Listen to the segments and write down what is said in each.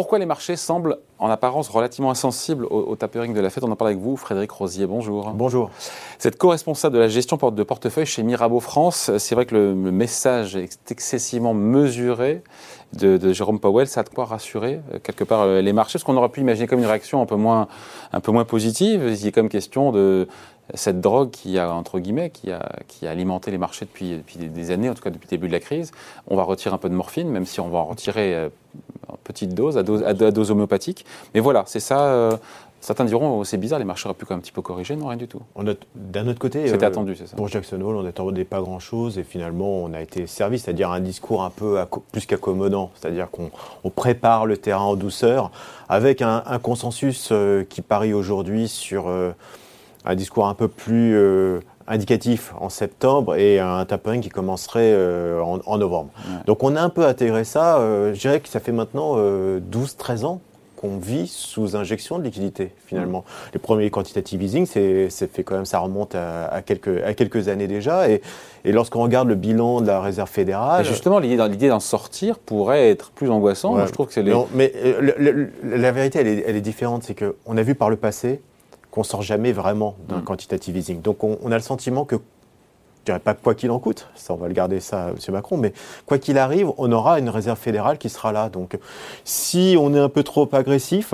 pourquoi les marchés semblent en apparence relativement insensibles au tapering de la Fed? On en parle avec vous, Frédéric Rosier, bonjour. Bonjour. Vous êtes co-responsable de la gestion de portefeuille chez Mirabeau France. C'est vrai que le message est excessivement mesuré de Jérôme Powell. Ça a de quoi rassurer quelque part les marchés, parce qu'on aurait pu imaginer comme une réaction un peu moins positive. Il est comme question de cette drogue qui a, entre guillemets, qui a alimenté les marchés depuis des années, en tout cas depuis le début de la crise. On va retirer un peu de morphine, même si on va en retirer en petite dose, à dose homéopathique. Mais voilà, c'est ça. Certains diront, c'est bizarre, les marchés auraient pu un petit peu corriger. Non, rien du tout. D'un autre côté, c'était attendu, c'est ça. Pour Jackson Hole, on n'attendait pas grand-chose et finalement, on a été servi, c'est-à-dire un discours un peu plus qu'accommodant. C'est-à-dire qu'on prépare le terrain en douceur avec un consensus qui parie aujourd'hui sur un discours un peu plus indicatif en septembre et un tapering qui commencerait en novembre. Ouais. Donc on a un peu intégré ça. Je dirais que ça fait maintenant 12-13 ans qu'on vit sous injection de liquidité, finalement. Les premiers quantitative easing, ça remonte à quelques années déjà. Et lorsqu'on regarde le bilan de la Réserve fédérale... Et justement, l'idée d'en sortir pourrait être plus angoissant. Ouais. Moi, je trouve que c'est Non, mais la vérité, elle est différente. C'est qu'on a vu par le passé qu'on ne sort jamais vraiment d'un quantitative easing. Donc, on a le sentiment que, je dirais pas quoi qu'il en coûte, ça on va le garder ça, M. Macron, mais quoi qu'il arrive, on aura une réserve fédérale qui sera là. Donc, si on est un peu trop agressif,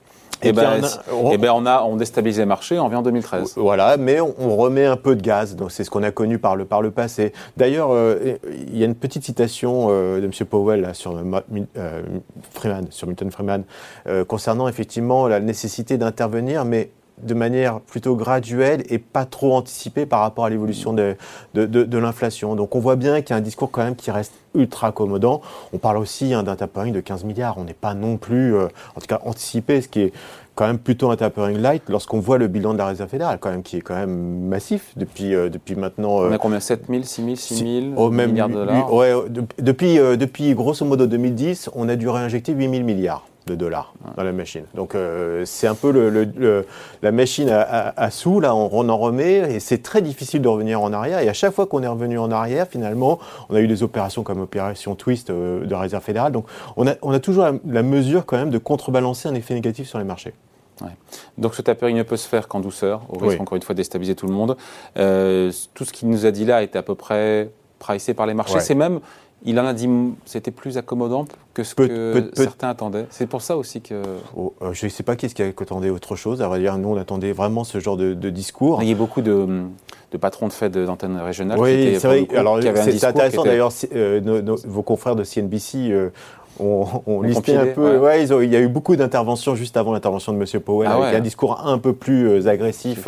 on déstabilise les marchés, on revient en 2013. Voilà, mais on remet un peu de gaz. Donc c'est ce qu'on a connu par le passé. D'ailleurs, il y a une petite citation de M. Powell là, sur Milton Friedman, concernant effectivement la nécessité d'intervenir, mais de manière plutôt graduelle et pas trop anticipée par rapport à l'évolution de l'inflation. Donc on voit bien qu'il y a un discours quand même qui reste ultra accommodant. On parle aussi d'un tapering de 15 milliards. On n'est pas non plus, en tout cas, anticipé, ce qui est quand même plutôt un tapering light lorsqu'on voit le bilan de la Réserve fédérale, quand même, qui est quand même massif depuis maintenant... On a combien? 7 000, 6 000 milliards de dollars? Ouais, depuis grosso modo 2010, on a dû réinjecter 8 000 milliards de dollars dans la machine. Donc c'est un peu la machine à sous, là on en remet et c'est très difficile de revenir en arrière. Et à chaque fois qu'on est revenu en arrière, finalement, on a eu des opérations comme opération Twist de Réserve fédérale. Donc on a toujours la mesure quand même de contrebalancer un effet négatif sur les marchés. Ouais. Donc ce tapering ne peut se faire qu'en douceur, au risque encore une fois de déstabiliser tout le monde. Tout ce qu'il nous a dit là était à peu près pricé par les marchés. Ouais. C'est même... Il en a dit c'était plus accommodant que ce que certains attendaient. C'est pour ça aussi que... je ne sais pas qui est-ce qui attendait autre chose. À vrai dire, nous, on attendait vraiment ce genre de discours. Il y a beaucoup de patrons de Fed d'antennes régionales qui c'est vrai. Alors, c'est intéressant d'ailleurs, vos confrères de CNBC... On listait un peu. Ouais, il y a eu beaucoup d'interventions juste avant l'intervention de M. Powell, avec un discours un peu plus agressif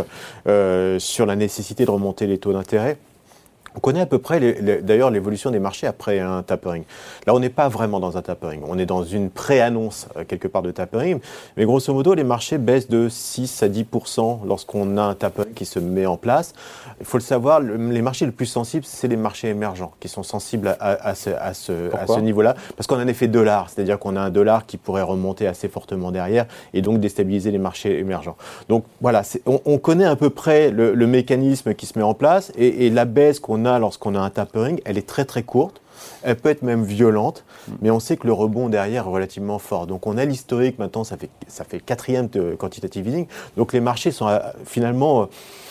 sur la nécessité de remonter les taux d'intérêt. On connaît à peu près d'ailleurs l'évolution des marchés après un tapering. Là, on n'est pas vraiment dans un tapering. On est dans une pré-annonce quelque part de tapering. Mais grosso modo, les marchés baissent de 6 à 10% lorsqu'on a un tapering qui se met en place. Il faut le savoir, les marchés les plus sensibles, c'est les marchés émergents qui sont sensibles à ce niveau-là. Parce qu'on a un effet dollar, c'est-à-dire qu'on a un dollar qui pourrait remonter assez fortement derrière et donc déstabiliser les marchés émergents. Donc voilà, on connaît à peu près le mécanisme qui se met en place et la baisse qu'on a lorsqu'on a un tapering, elle est très très courte, elle peut être même violente, mais on sait que le rebond derrière est relativement fort. Donc on a l'historique maintenant, ça fait le 4e de quantitative easing, donc les marchés sont finalement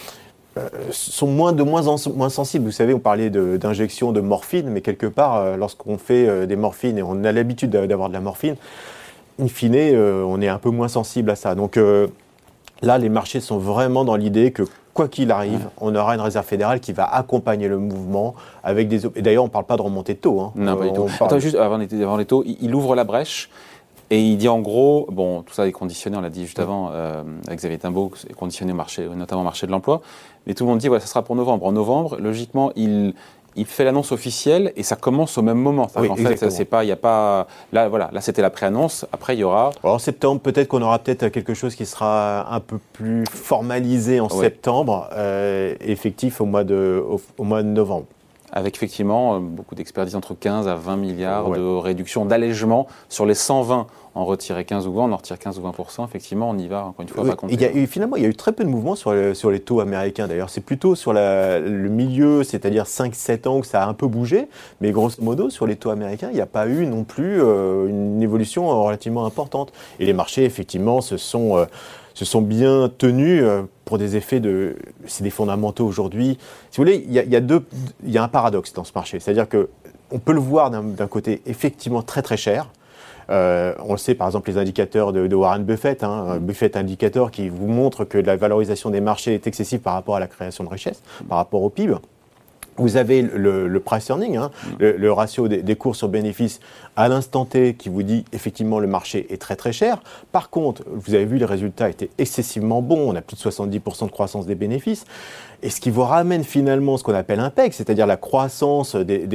sont moins sensibles. Vous savez, on parlait d'injection de morphine, mais quelque part, lorsqu'on fait des morphines et on a l'habitude d'avoir de la morphine, in fine, on est un peu moins sensible à ça. Donc là, les marchés sont vraiment dans l'idée que quoi qu'il arrive, on aura une réserve fédérale qui va accompagner le mouvement avec des... Et d'ailleurs, on ne parle pas de remontée de taux. Hein. Non, pas du tout. Attends, juste avant les taux, il ouvre la brèche et il dit en gros, bon, tout ça est conditionné, on l'a dit juste avant, avec Xavier Timbaud, est conditionné au marché, notamment au marché de l'emploi, mais tout le monde dit, voilà, ça sera pour novembre. En novembre, logiquement, il fait l'annonce officielle et ça commence au même moment. Oui, en fait, ça, c'est pas, il y a pas. Là, voilà, là c'était la pré-annonce. Après, il y aura. Alors, en septembre, peut-être qu'on aura quelque chose qui sera un peu plus formalisé en septembre, effectif au mois de novembre. Avec effectivement beaucoup d'experts disent entre 15 à 20 milliards de réduction, d'allègement sur les 120. En retirer 15 ou 20, on en retire 15 ou 20%. Effectivement, on y va, encore une fois, pas compter. Finalement, il y a eu très peu de mouvements sur les taux américains. D'ailleurs, c'est plutôt sur le milieu, c'est-à-dire 5-7 ans, que ça a un peu bougé. Mais grosso modo, sur les taux américains, il n'y a pas eu non plus une évolution relativement importante. Et les marchés, effectivement, se sont bien tenus pour des effets de... C'est des fondamentaux aujourd'hui. Si vous voulez, il y a un paradoxe dans ce marché. C'est-à-dire qu'on peut le voir d'un côté effectivement très très cher. On le sait, par exemple, les indicateurs de Warren Buffett, Buffett Indicator, qui vous montre que la valorisation des marchés est excessive par rapport à la création de richesse, par rapport au PIB. Vous avez le price earning, le ratio des cours sur bénéfices à l'instant T qui vous dit effectivement le marché est très très cher. Par contre, vous avez vu les résultats étaient excessivement bons, on a plus de 70% de croissance des bénéfices. Et ce qui vous ramène finalement ce qu'on appelle un PEG, c'est-à-dire la croissance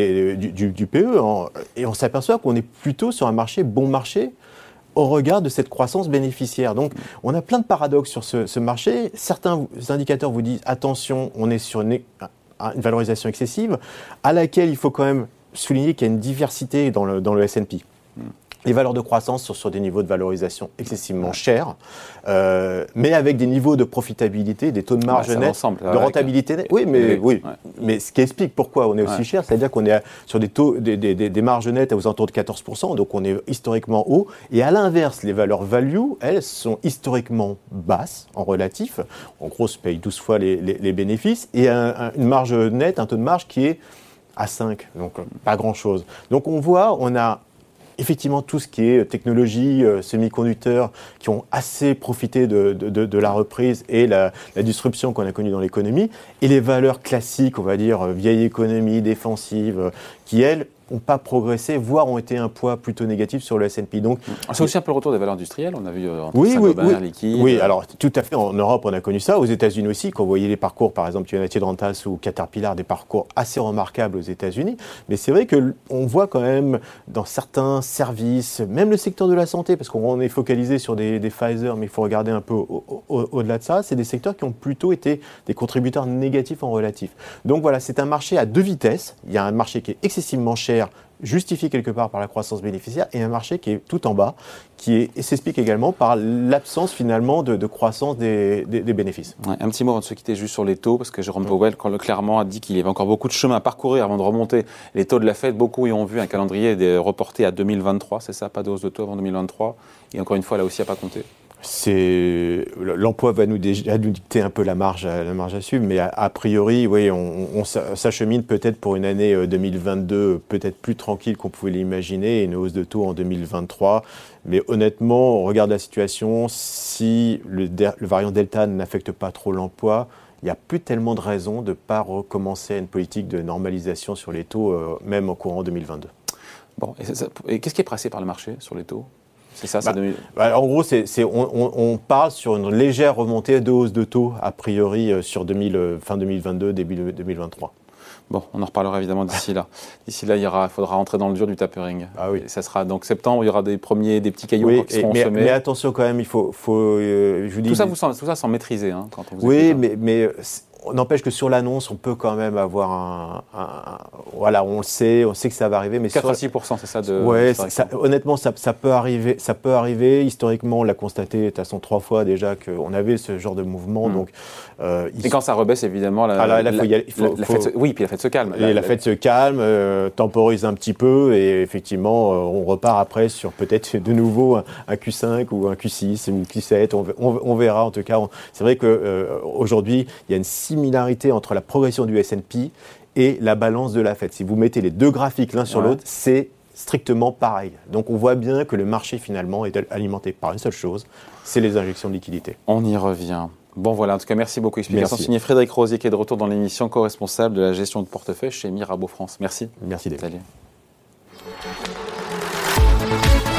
du PE, et on s'aperçoit qu'on est plutôt sur un bon marché au regard de cette croissance bénéficiaire. Donc, on a plein de paradoxes sur ce marché. Certains indicateurs vous disent attention, on est sur une valorisation excessive, à laquelle il faut quand même souligner qu'il y a une diversité dans le S&P. Les valeurs de croissance sont sur des niveaux de valorisation excessivement chers, mais avec des niveaux de profitabilité, des taux de marge nets, de rentabilité nette. Mais ce qui explique pourquoi on est aussi cher, c'est-à-dire qu'on est sur des taux, des marges nettes aux alentours de 14%, donc on est historiquement haut. Et à l'inverse, les valeurs value, elles, sont historiquement basses en relatif. En gros, on se paye 12 fois les bénéfices, et une marge nette, un taux de marge qui est à 5, donc pas grand-chose. Donc on a effectivement tout ce qui est technologie, semi-conducteurs, qui ont assez profité de la reprise et la disruption qu'on a connue dans l'économie, et les valeurs classiques, on va dire, vieille économie, défensive, qui, elles, n'ont pas progressé, voire ont été un poids plutôt négatif sur le S&P. Donc, c'est aussi un peu le retour des valeurs industrielles, on a vu Saint-Gobain, Liquide. Oui, alors tout à fait, en Europe on a connu ça, aux États-Unis aussi, quand vous voyez les parcours, par exemple United Rentals ou Caterpillar, des parcours assez remarquables aux États-Unis, mais c'est vrai qu'on voit quand même dans certains services, même le secteur de la santé, parce qu'on est focalisé sur des Pfizer, mais il faut regarder un peu au-delà de ça, c'est des secteurs qui ont plutôt été des contributeurs négatifs en relatif. Donc voilà, c'est un marché à deux vitesses, il y a un marché qui est excessivement cher, justifié quelque part par la croissance bénéficiaire, et un marché qui est tout en bas, qui s'explique également par l'absence finalement de croissance des bénéfices. Ouais, un petit mot avant de se quitter juste sur les taux, parce que Jérôme Powell clairement a dit qu'il y avait encore beaucoup de chemin à parcourir avant de remonter les taux de la Fed. Beaucoup y ont vu un calendrier reporté à 2023, c'est ça, pas de hausse de taux avant 2023, et encore une fois là aussi à pas compter. L'emploi va nous dicter un peu la marge à suivre, mais a priori, oui, on s'achemine peut-être pour une année 2022 peut-être plus tranquille qu'on pouvait l'imaginer, et une hausse de taux en 2023. Mais honnêtement, on regarde la situation, si le variant Delta n'affecte pas trop l'emploi, il n'y a plus tellement de raisons de ne pas recommencer une politique de normalisation sur les taux, même en courant 2022. Bon, et qu'est-ce qui est pressé par le marché sur les taux ? C'est ça, en gros, on parle sur une légère remontée de hausse de taux, a priori, sur fin 2022, début 2023. Bon, on en reparlera évidemment d'ici là. D'ici là, il faudra rentrer dans le dur du tapering. Ah oui. Et ça sera donc septembre, il y aura des petits cailloux qui seront semés. Mais attention quand même, il faut je vous dis... Tout ça sans maîtriser, quand on vous écoute. Oui, mais n'empêche que sur l'annonce, on peut quand même avoir voilà, on sait que ça va arriver. Mais 4 à 6%, c'est ça honnêtement, ça peut arriver. Historiquement, on l'a constaté de toute façon 3 fois déjà qu'on avait ce genre de mouvement. Donc, et quand ça rebaisse, évidemment, la Fed se calme. La Fed se calme, temporise un petit peu, et effectivement, on repart après sur peut-être de nouveau un Q5 ou un Q6 ou Q7. On verra en tout cas. C'est vrai qu'aujourd'hui, il y a une similarité entre la progression du S&P et la balance de la Fed. Si vous mettez les deux graphiques l'un sur l'autre, c'est strictement pareil. Donc on voit bien que le marché finalement est alimenté par une seule chose, c'est les injections de liquidités. On y revient. Bon voilà, en tout cas merci beaucoup. Explication signée Frédéric Rosier qui est de retour dans l'émission, co-responsable de la gestion de portefeuille chez Mirabeau France. Merci. Merci David. Salut.